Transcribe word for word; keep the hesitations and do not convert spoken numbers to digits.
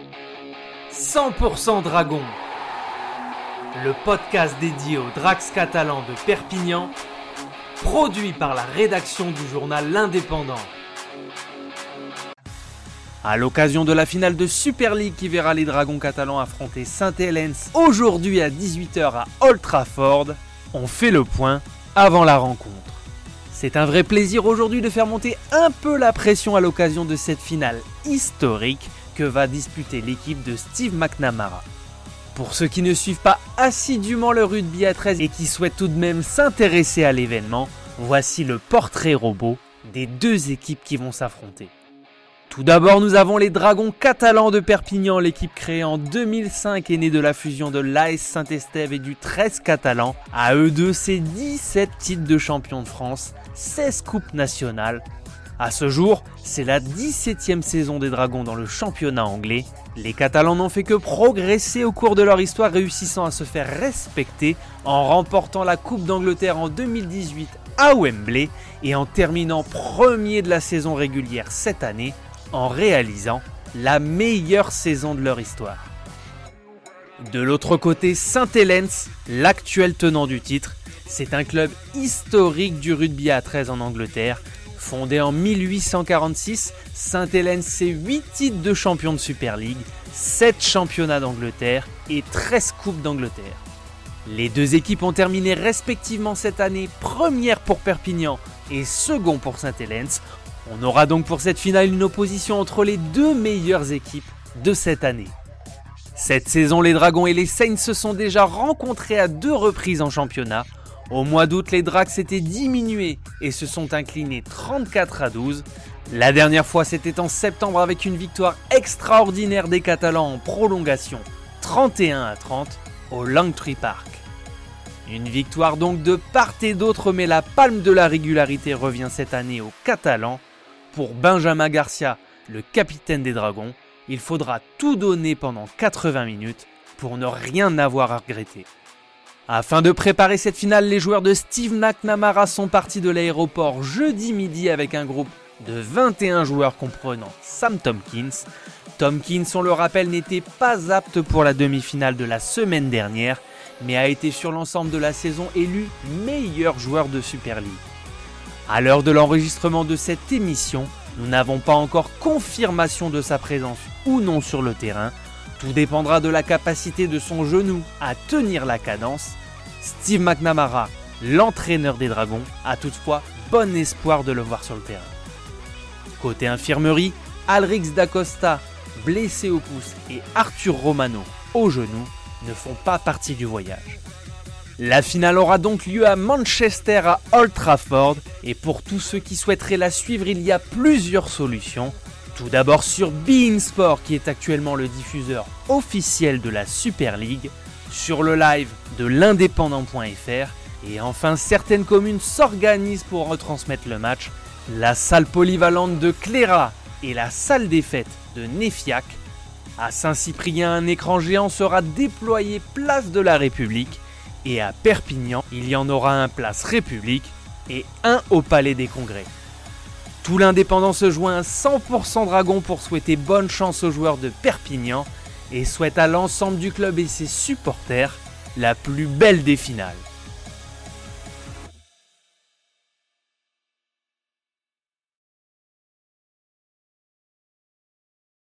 cent pour cent Dragon, le podcast dédié aux Drax catalans de Perpignan, produit par la rédaction du journal L'Indépendant. À l'occasion de la finale de Super League qui verra les Dragons catalans affronter Saint-Helens aujourd'hui à dix-huit heures à Old Trafford, on fait le point avant la rencontre. C'est un vrai plaisir aujourd'hui de faire monter un peu la pression à l'occasion de cette finale historique que va disputer l'équipe de Steve McNamara. Pour ceux qui ne suivent pas assidûment le rugby à treize et qui souhaitent tout de même s'intéresser à l'événement, voici le portrait robot des deux équipes qui vont s'affronter. Tout d'abord, nous avons les Dragons catalans de Perpignan, l'équipe créée en deux mille cinq et née de la fusion de l'A S Saint-Estève et du treize catalan. À eux deux, c'est dix-sept titres de champion de France, seize coupes nationales. À ce jour, c'est la dix-septième saison des Dragons dans le championnat anglais. Les Catalans n'ont fait que progresser au cours de leur histoire, réussissant à se faire respecter en remportant la Coupe d'Angleterre en deux mille dix-huit à Wembley et en terminant premier de la saison régulière cette année, en réalisant la meilleure saison de leur histoire. De l'autre côté, Saint-Helens, l'actuel tenant du titre, c'est un club historique du rugby à treize en Angleterre. Fondé en mille huit cent quarante-six, Saint-Helens c'est huit titres de champion de Super League, sept championnats d'Angleterre et treize coupes d'Angleterre. Les deux équipes ont terminé respectivement cette année première pour Perpignan et second pour Saint-Helens. On aura donc pour cette finale une opposition entre les deux meilleures équipes de cette année. Cette saison, les Dragons et les Saints se sont déjà rencontrés à deux reprises en championnat. Au mois d'août, les Dracs s'étaient diminués et se sont inclinés trente-quatre à douze. La dernière fois, c'était en septembre avec une victoire extraordinaire des Catalans en prolongation, trente et un à trente, au Langtree Park. Une victoire donc de part et d'autre, mais la palme de la régularité revient cette année aux Catalans. Pour Benjamin Garcia, le capitaine des Dragons, il faudra tout donner pendant quatre-vingts minutes pour ne rien avoir à regretter. Afin de préparer cette finale, les joueurs de Steve McNamara sont partis de l'aéroport jeudi midi avec un groupe de vingt et un joueurs comprenant Sam Tomkins. Tomkins, on le rappelle, n'était pas apte pour la demi-finale de la semaine dernière, mais a été sur l'ensemble de la saison élu meilleur joueur de Super League. À l'heure de l'enregistrement de cette émission, nous n'avons pas encore confirmation de sa présence ou non sur le terrain. Tout dépendra de la capacité de son genou à tenir la cadence. Steve McNamara, l'entraîneur des Dragons, a toutefois bon espoir de le voir sur le terrain. Côté infirmerie, Alrix Dacosta, blessé au pouce, et Arthur Romano, au genou, ne font pas partie du voyage. La finale aura donc lieu à Manchester à Old Trafford et pour tous ceux qui souhaiteraient la suivre, il y a plusieurs solutions. Tout d'abord sur beIN Sport qui est actuellement le diffuseur officiel de la Super League, sur le live de l'indépendant point f r et enfin certaines communes s'organisent pour retransmettre le match. La salle polyvalente de Cléra et la salle des fêtes de Néfiac. À Saint-Cyprien, un écran géant sera déployé place de la République. Et à Perpignan, il y en aura un place République et un au Palais des Congrès. Tout l'Indépendant se joint à cent pour cent Dragon pour souhaiter bonne chance aux joueurs de Perpignan et souhaite à l'ensemble du club et ses supporters la plus belle des finales.